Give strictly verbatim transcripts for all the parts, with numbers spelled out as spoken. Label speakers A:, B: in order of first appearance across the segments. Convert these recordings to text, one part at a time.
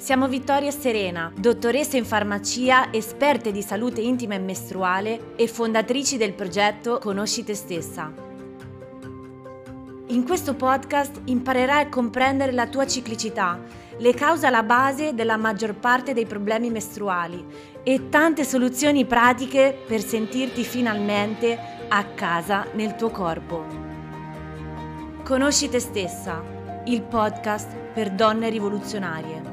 A: Siamo Vittoria e Serena, dottoresse in farmacia, esperte di salute intima e mestruale e fondatrici del progetto Conosci te stessa. In questo podcast imparerai a comprendere la tua ciclicità, le cause alla base della maggior parte dei problemi mestruali e tante soluzioni pratiche per sentirti finalmente a casa nel tuo corpo. Conosci te stessa, il podcast per donne rivoluzionarie.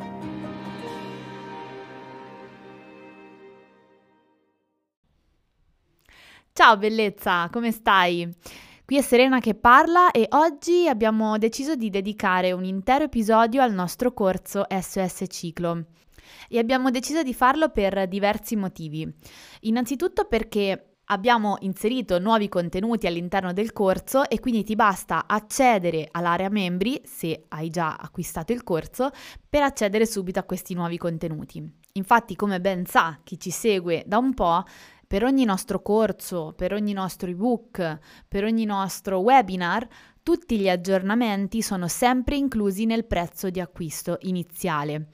B: Ciao bellezza, come stai? Qui è Serena che parla e oggi abbiamo deciso di dedicare un intero episodio al nostro corso S O S Ciclo e abbiamo deciso di farlo per diversi motivi. Innanzitutto perché abbiamo inserito nuovi contenuti all'interno del corso e quindi ti basta accedere all'area membri, se hai già acquistato il corso, per accedere subito a questi nuovi contenuti. Infatti, come ben sa chi ci segue da un po', per ogni nostro corso, per ogni nostro ebook, per ogni nostro webinar, tutti gli aggiornamenti sono sempre inclusi nel prezzo di acquisto iniziale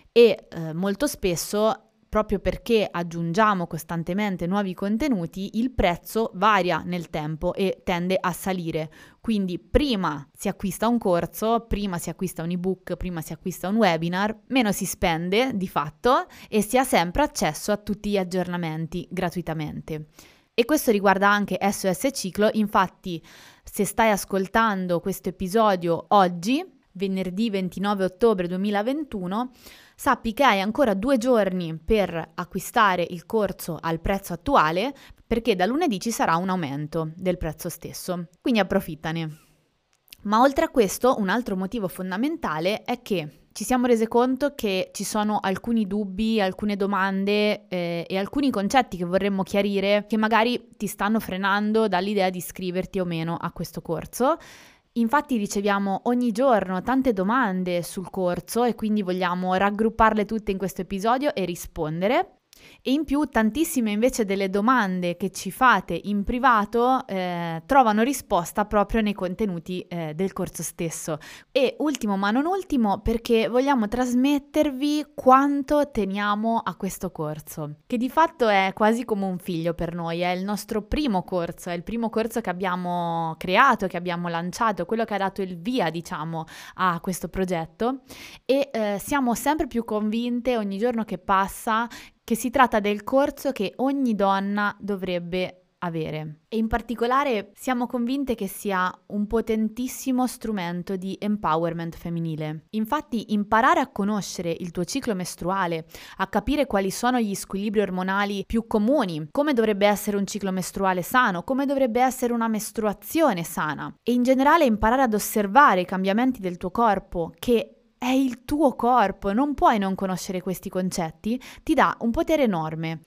B: e eh, molto spesso, proprio perché aggiungiamo costantemente nuovi contenuti, il prezzo varia nel tempo e tende a salire. Quindi prima si acquista un corso, prima si acquista un ebook, prima si acquista un webinar, meno si spende di fatto e si ha sempre accesso a tutti gli aggiornamenti gratuitamente. E questo riguarda anche S O S Ciclo. Infatti, se stai ascoltando questo episodio oggi, venerdì ventinove ottobre duemilaventuno, sappi che hai ancora due giorni per acquistare il corso al prezzo attuale, perché da lunedì ci sarà un aumento del prezzo stesso, quindi approfittane. Ma oltre a questo, un altro motivo fondamentale è che ci siamo rese conto che ci sono alcuni dubbi, alcune domande eh, e alcuni concetti che vorremmo chiarire che magari ti stanno frenando dall'idea di iscriverti o meno a questo corso. Infatti riceviamo ogni giorno tante domande sul corso e quindi vogliamo raggrupparle tutte in questo episodio e rispondere. E in più tantissime invece delle domande che ci fate in privato eh, trovano risposta proprio nei contenuti eh, del corso stesso. E ultimo ma non ultimo, perché vogliamo trasmettervi quanto teniamo a questo corso, che di fatto è quasi come un figlio per noi, è il nostro primo corso, è il primo corso che abbiamo creato, che abbiamo lanciato, quello che ha dato il via, diciamo, a questo progetto e eh, siamo sempre più convinte ogni giorno che passa che si tratta del corso che ogni donna dovrebbe avere. E in particolare siamo convinte che sia un potentissimo strumento di empowerment femminile. Infatti, imparare a conoscere il tuo ciclo mestruale, a capire quali sono gli squilibri ormonali più comuni, come dovrebbe essere un ciclo mestruale sano, come dovrebbe essere una mestruazione sana e in generale imparare ad osservare i cambiamenti del tuo corpo che è il tuo corpo, non puoi non conoscere questi concetti, ti dà un potere enorme.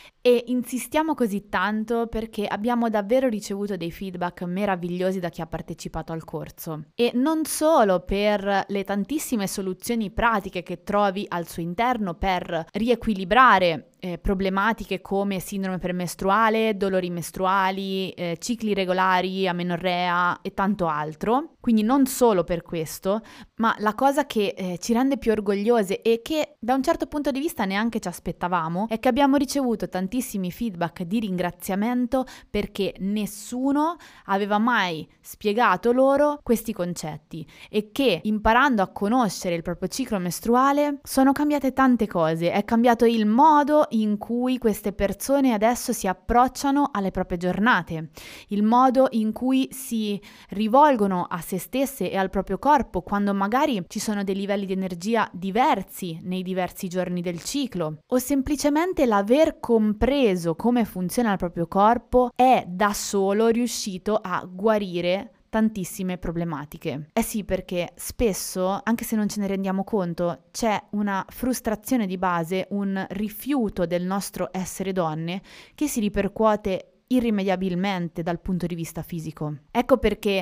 B: E insistiamo così tanto perché abbiamo davvero ricevuto dei feedback meravigliosi da chi ha partecipato al corso. E non solo per le tantissime soluzioni pratiche che trovi al suo interno per riequilibrare eh, problematiche come sindrome premestruale, dolori mestruali, eh, cicli regolari, amenorrea e tanto altro. Quindi non solo per questo, ma la cosa che eh, ci rende più orgogliose e che da un certo punto di vista neanche ci aspettavamo è che abbiamo ricevuto tantissimi feedback di ringraziamento perché nessuno aveva mai spiegato loro questi concetti e che imparando a conoscere il proprio ciclo mestruale sono cambiate tante cose, è cambiato il modo in cui queste persone adesso si approcciano alle proprie giornate, il modo in cui si rivolgono a se stesse e al proprio corpo quando magari ci sono dei livelli di energia diversi nei diversi giorni del ciclo o semplicemente l'aver compreso come funziona il proprio corpo è da solo riuscito a guarire tantissime problematiche. Eh sì, perché spesso, anche se non ce ne rendiamo conto, c'è una frustrazione di base, un rifiuto del nostro essere donne che si ripercuote irrimediabilmente dal punto di vista fisico. Ecco perché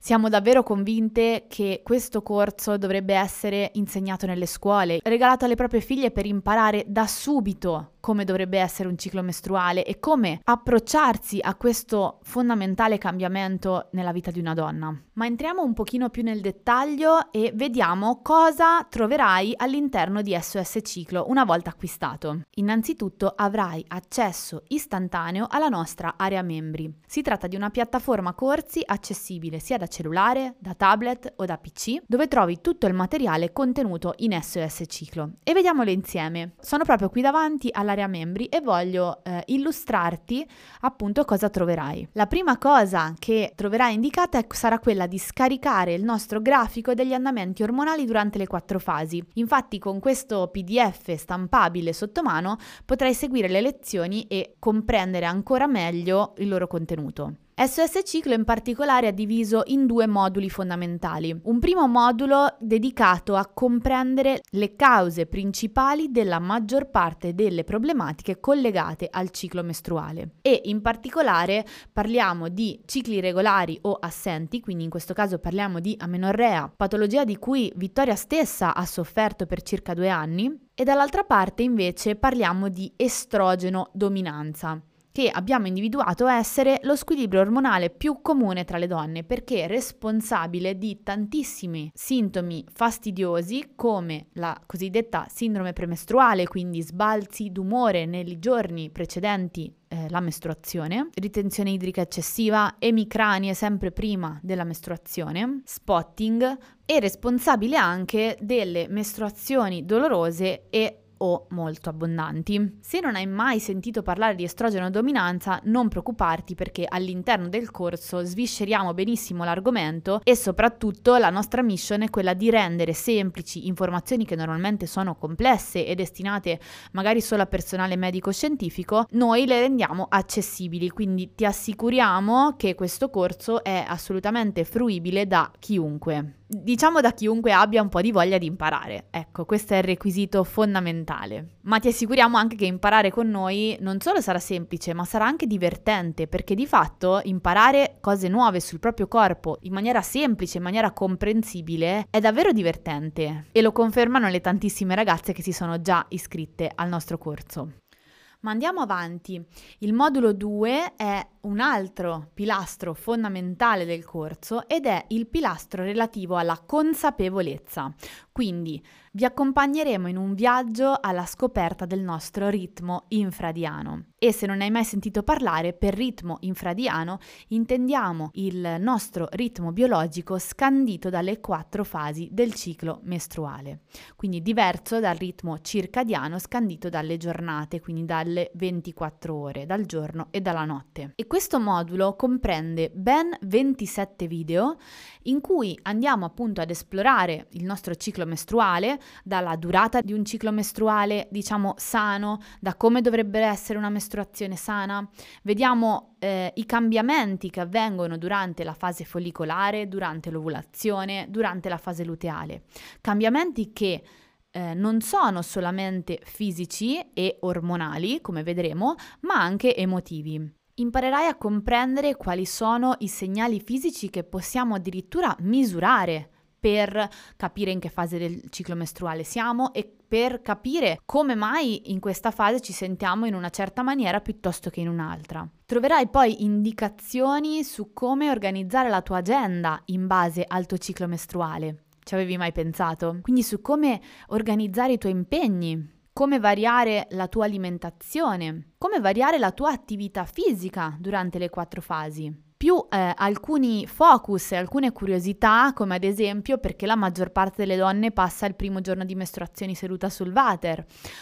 B: Siamo davvero convinte che questo corso dovrebbe essere insegnato nelle scuole, regalato alle proprie figlie per imparare da subito come dovrebbe essere un ciclo mestruale e come approcciarsi a questo fondamentale cambiamento nella vita di una donna. Ma entriamo un pochino più nel dettaglio e vediamo cosa troverai all'interno di S O S Ciclo una volta acquistato. Innanzitutto avrai accesso istantaneo alla nostra area membri. Si tratta di una piattaforma corsi accessibile sia da cellulare, da tablet o da P C, dove trovi tutto il materiale contenuto in S O S Ciclo. E vediamole insieme. Sono proprio qui davanti alla membri e voglio eh, illustrarti appunto cosa troverai. La prima cosa che troverai indicata è, sarà quella di scaricare il nostro grafico degli andamenti ormonali durante le quattro fasi. Infatti con questo P D F stampabile sotto mano potrai seguire le lezioni e comprendere ancora meglio il loro contenuto. S O S Ciclo in particolare è diviso in due moduli fondamentali. Un primo modulo dedicato a comprendere le cause principali della maggior parte delle problematiche collegate al ciclo mestruale e in particolare parliamo di cicli regolari o assenti, quindi in questo caso parliamo di amenorrea, patologia di cui Vittoria stessa ha sofferto per circa due anni, e dall'altra parte invece parliamo di estrogeno dominanza, che abbiamo individuato essere lo squilibrio ormonale più comune tra le donne perché è responsabile di tantissimi sintomi fastidiosi come la cosiddetta sindrome premestruale, quindi sbalzi d'umore nei giorni precedenti eh, la mestruazione, ritenzione idrica eccessiva, emicranie sempre prima della mestruazione, spotting, e responsabile anche delle mestruazioni dolorose e o molto abbondanti. Se non hai mai sentito parlare di estrogeno dominanza, non preoccuparti perché all'interno del corso svisceriamo benissimo l'argomento e soprattutto la nostra mission è quella di rendere semplici informazioni che normalmente sono complesse e destinate magari solo a personale medico-scientifico, noi le rendiamo accessibili, quindi ti assicuriamo che questo corso è assolutamente fruibile da chiunque. Diciamo da chiunque abbia un po' di voglia di imparare. Ecco, questo è il requisito fondamentale. Ma ti assicuriamo anche che imparare con noi non solo sarà semplice, ma sarà anche divertente, perché di fatto imparare cose nuove sul proprio corpo in maniera semplice, in maniera comprensibile, è davvero divertente. E lo confermano le tantissime ragazze che si sono già iscritte al nostro corso. Ma andiamo avanti. Il modulo due è un altro pilastro fondamentale del corso ed è il pilastro relativo alla consapevolezza. Quindi vi accompagneremo in un viaggio alla scoperta del nostro ritmo infradiano. E se non hai mai sentito parlare, per ritmo infradiano intendiamo il nostro ritmo biologico scandito dalle quattro fasi del ciclo mestruale. Quindi diverso dal ritmo circadiano scandito dalle giornate, quindi dalle ventiquattro ore, dal giorno e dalla notte. E questo modulo comprende ben ventisette video in cui andiamo appunto ad esplorare il nostro ciclo mestruale, dalla durata di un ciclo mestruale, diciamo, sano, da come dovrebbe essere una mestruazione sana. Vediamo eh, i cambiamenti che avvengono durante la fase follicolare, durante l'ovulazione, durante la fase luteale. Cambiamenti che eh, non sono solamente fisici e ormonali, come vedremo, ma anche emotivi. Imparerai a comprendere quali sono i segnali fisici che possiamo addirittura misurare per capire in che fase del ciclo mestruale siamo e per capire come mai in questa fase ci sentiamo in una certa maniera piuttosto che in un'altra. Troverai poi indicazioni su come organizzare la tua agenda in base al tuo ciclo mestruale. Ci avevi mai pensato? Quindi su come organizzare i tuoi impegni, come variare la tua alimentazione, come variare la tua attività fisica durante le quattro fasi. Più eh, alcuni focus e alcune curiosità, come ad esempio perché la maggior parte delle donne passa il primo giorno di mestruazioni seduta sul water,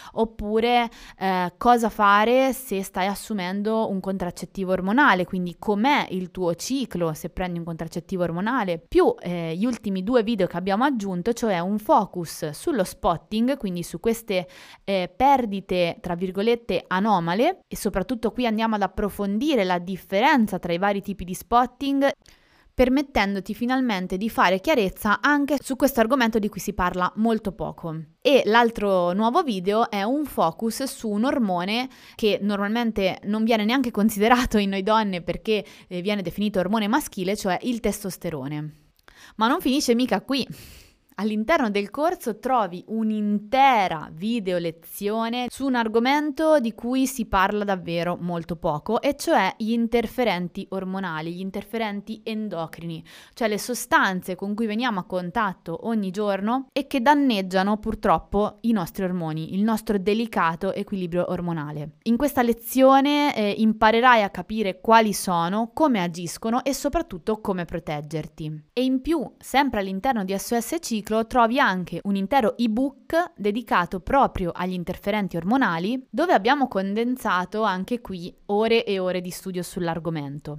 B: oppure eh, cosa fare se stai assumendo un contraccettivo ormonale, quindi com'è il tuo ciclo se prendi un contraccettivo ormonale, più eh, gli ultimi due video che abbiamo aggiunto, cioè un focus sullo spotting, quindi su queste eh, perdite tra virgolette anomale, e soprattutto qui andiamo ad approfondire la differenza tra i vari tipi di spotting permettendoti finalmente di fare chiarezza anche su questo argomento di cui si parla molto poco. E l'altro nuovo video è un focus su un ormone che normalmente non viene neanche considerato in noi donne perché eh, viene definito ormone maschile, cioè il testosterone. Ma non finisce mica qui. All'interno del corso trovi un'intera video lezione su un argomento di cui si parla davvero molto poco, e cioè gli interferenti ormonali, gli interferenti endocrini, cioè le sostanze con cui veniamo a contatto ogni giorno e che danneggiano purtroppo i nostri ormoni, il nostro delicato equilibrio ormonale. In questa lezione eh, imparerai a capire quali sono, come agiscono e soprattutto come proteggerti. E in più, sempre all'interno di S O S Ciclo, trovi anche un intero ebook dedicato proprio agli interferenti ormonali, dove abbiamo condensato anche qui ore e ore di studio sull'argomento.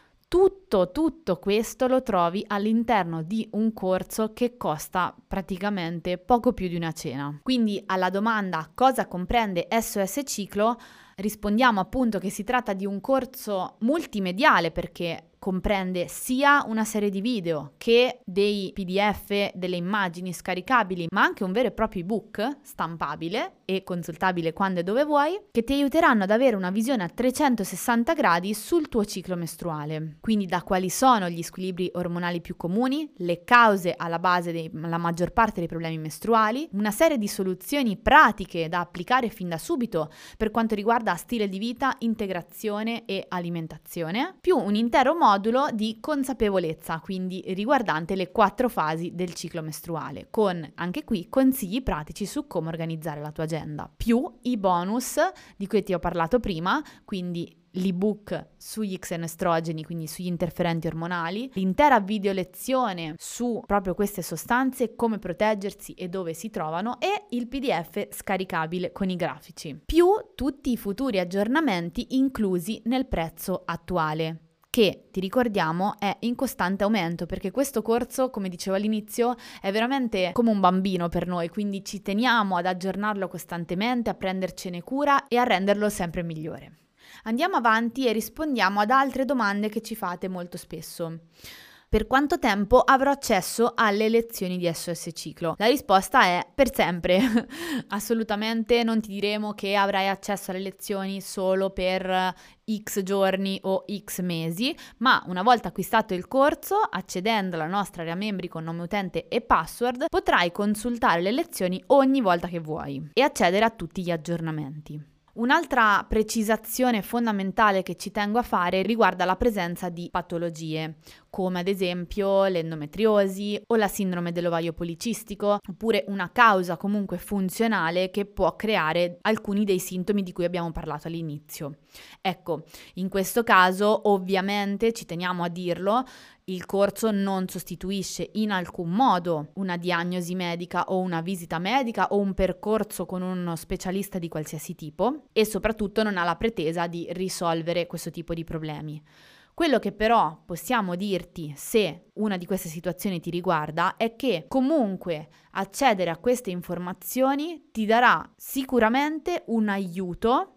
B: Tutto, tutto questo lo trovi all'interno di un corso che costa praticamente poco più di una cena. Quindi alla domanda cosa comprende S O S Ciclo, rispondiamo appunto che si tratta di un corso multimediale perché comprende sia una serie di video che dei P D F, delle immagini scaricabili, ma anche un vero e proprio ebook stampabile e consultabile quando e dove vuoi, che ti aiuteranno ad avere una visione a trecentosessanta gradi sul tuo ciclo mestruale. Quindi da quali sono gli squilibri ormonali più comuni, le cause alla base della maggior parte dei problemi mestruali, una serie di soluzioni pratiche da applicare fin da subito per quanto riguarda stile di vita, integrazione e alimentazione, più un intero modo modulo di consapevolezza, quindi riguardante le quattro fasi del ciclo mestruale, con anche qui consigli pratici su come organizzare la tua agenda, più i bonus di cui ti ho parlato prima, quindi l'ebook sugli xenoestrogeni, quindi sugli interferenti ormonali, l'intera video lezione su proprio queste sostanze, come proteggersi e dove si trovano, e il P D F scaricabile con i grafici, più tutti i futuri aggiornamenti inclusi nel prezzo attuale, che, ti ricordiamo, è in costante aumento, perché questo corso, come dicevo all'inizio, è veramente come un bambino per noi, quindi ci teniamo ad aggiornarlo costantemente, a prendercene cura e a renderlo sempre migliore. Andiamo avanti e rispondiamo ad altre domande che ci fate molto spesso. Per quanto tempo avrò accesso alle lezioni di S O S Ciclo? La risposta è per sempre. Assolutamente non ti diremo che avrai accesso alle lezioni solo per X giorni o X mesi, ma una volta acquistato il corso, accedendo alla nostra area membri con nome utente e password, potrai consultare le lezioni ogni volta che vuoi e accedere a tutti gli aggiornamenti. Un'altra precisazione fondamentale che ci tengo a fare riguarda la presenza di patologie, come ad esempio l'endometriosi o la sindrome dell'ovaio policistico, oppure una causa comunque funzionale che può creare alcuni dei sintomi di cui abbiamo parlato all'inizio. Ecco, in questo caso ovviamente ci teniamo a dirlo, il corso non sostituisce in alcun modo una diagnosi medica o una visita medica o un percorso con uno specialista di qualsiasi tipo, e soprattutto non ha la pretesa di risolvere questo tipo di problemi. Quello che però possiamo dirti, se una di queste situazioni ti riguarda, è che comunque accedere a queste informazioni ti darà sicuramente un aiuto,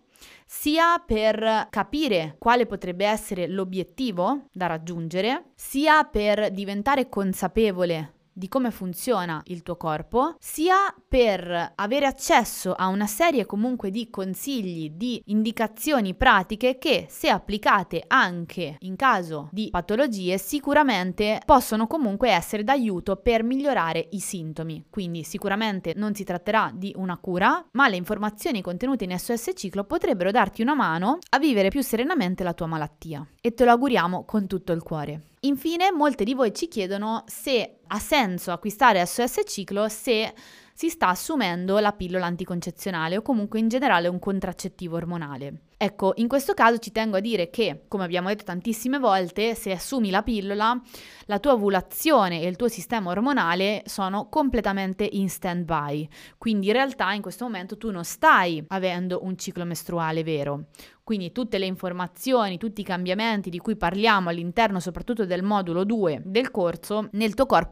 B: sia per capire quale potrebbe essere l'obiettivo da raggiungere, sia per diventare consapevole di come funziona il tuo corpo, sia per avere accesso a una serie comunque di consigli, di indicazioni pratiche che, se applicate anche in caso di patologie, sicuramente possono comunque essere d'aiuto per migliorare i sintomi. Quindi sicuramente non si tratterà di una cura, ma le informazioni contenute in S O S Ciclo potrebbero darti una mano a vivere più serenamente la tua malattia, e te lo auguriamo con tutto il cuore. Infine, molte di voi ci chiedono se ha senso acquistare S O S Ciclo se si sta assumendo la pillola anticoncezionale o comunque in generale un contraccettivo ormonale. Ecco, in questo caso ci tengo a dire che, come abbiamo detto tantissime volte, se assumi la pillola, la tua ovulazione e il tuo sistema ormonale sono completamente in stand-by. Quindi in realtà in questo momento tu non stai avendo un ciclo mestruale vero. Quindi tutte le informazioni, tutti i cambiamenti di cui parliamo all'interno soprattutto del modulo due del corso, nel tuo corpo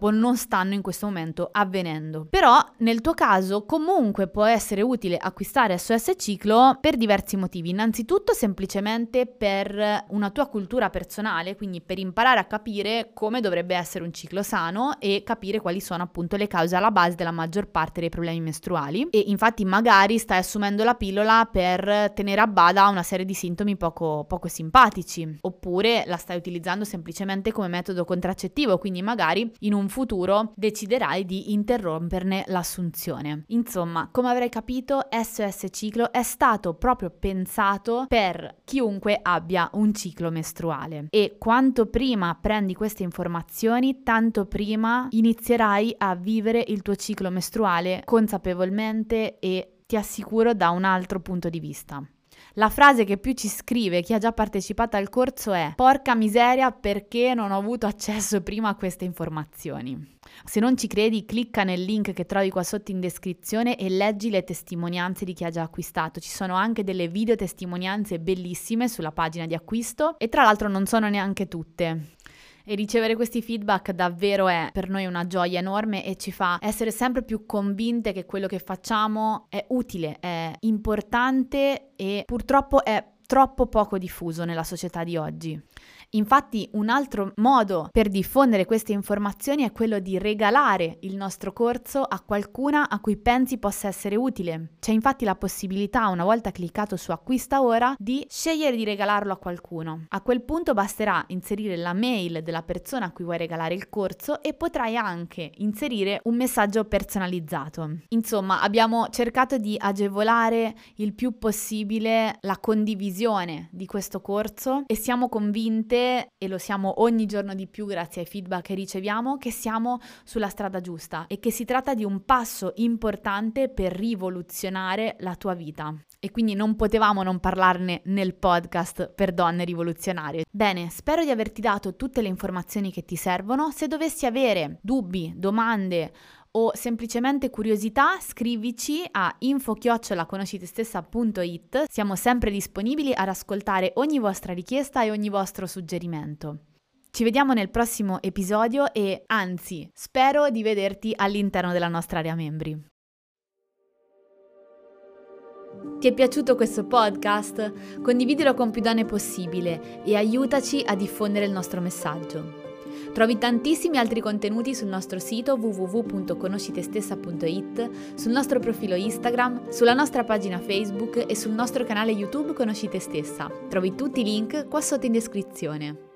B: purtroppo non stanno in questo momento avvenendo. Però nel tuo caso comunque può essere utile acquistare S O S Ciclo per diversi motivi. Innanzitutto semplicemente per una tua cultura personale, quindi per imparare a capire come dovrebbe essere un ciclo sano e capire quali sono appunto le cause alla base della maggior parte dei problemi mestruali. E infatti magari stai assumendo la pillola per tenere a bada una serie di sintomi poco, poco simpatici, oppure la stai utilizzando semplicemente come metodo contraccettivo, quindi magari in un futuro deciderai di interromperne l'assunzione. Insomma, come avrai capito, S O S Ciclo è stato proprio pensato per chiunque abbia un ciclo mestruale, e quanto prima prendi queste informazioni, tanto prima inizierai a vivere il tuo ciclo mestruale consapevolmente e ti assicuro da un altro punto di vista. La frase che più ci scrive chi ha già partecipato al corso è: porca miseria, perché non ho avuto accesso prima a queste informazioni. Se non ci credi, clicca nel link che trovi qua sotto in descrizione e leggi le testimonianze di chi ha già acquistato. Ci sono anche delle video testimonianze bellissime sulla pagina di acquisto e tra l'altro non sono neanche tutte. E ricevere questi feedback davvero è per noi una gioia enorme e ci fa essere sempre più convinte che quello che facciamo è utile, è importante e purtroppo è troppo poco diffuso nella società di oggi. Infatti un altro modo per diffondere queste informazioni è quello di regalare il nostro corso a qualcuna a cui pensi possa essere utile. C'è infatti la possibilità, una volta cliccato su acquista ora, di scegliere di regalarlo a qualcuno. A quel punto basterà inserire la mail della persona a cui vuoi regalare il corso e potrai anche inserire un messaggio personalizzato. Insomma, abbiamo cercato di agevolare il più possibile la condivisione di questo corso e siamo convinte, e lo siamo ogni giorno di più grazie ai feedback che riceviamo, che siamo sulla strada giusta e che si tratta di un passo importante per rivoluzionare la tua vita. E quindi non potevamo non parlarne nel podcast per donne rivoluzionarie. Bene, spero di averti dato tutte le informazioni che ti servono. Se dovessi avere dubbi, domande o semplicemente curiosità, scrivici a info chiocciola conoscitestessa punto it. Siamo sempre disponibili ad ascoltare ogni vostra richiesta e ogni vostro suggerimento. Ci vediamo nel prossimo episodio e, anzi, spero di vederti all'interno della nostra area membri. Ti è piaciuto questo podcast? Condividilo con più donne possibile e aiutaci a diffondere il nostro messaggio. Trovi tantissimi altri contenuti sul nostro sito w w w punto conoscitestessa punto it, sul nostro profilo Instagram, sulla nostra pagina Facebook e sul nostro canale YouTube Conosci Te Stessa. Trovi tutti i link qua sotto in descrizione.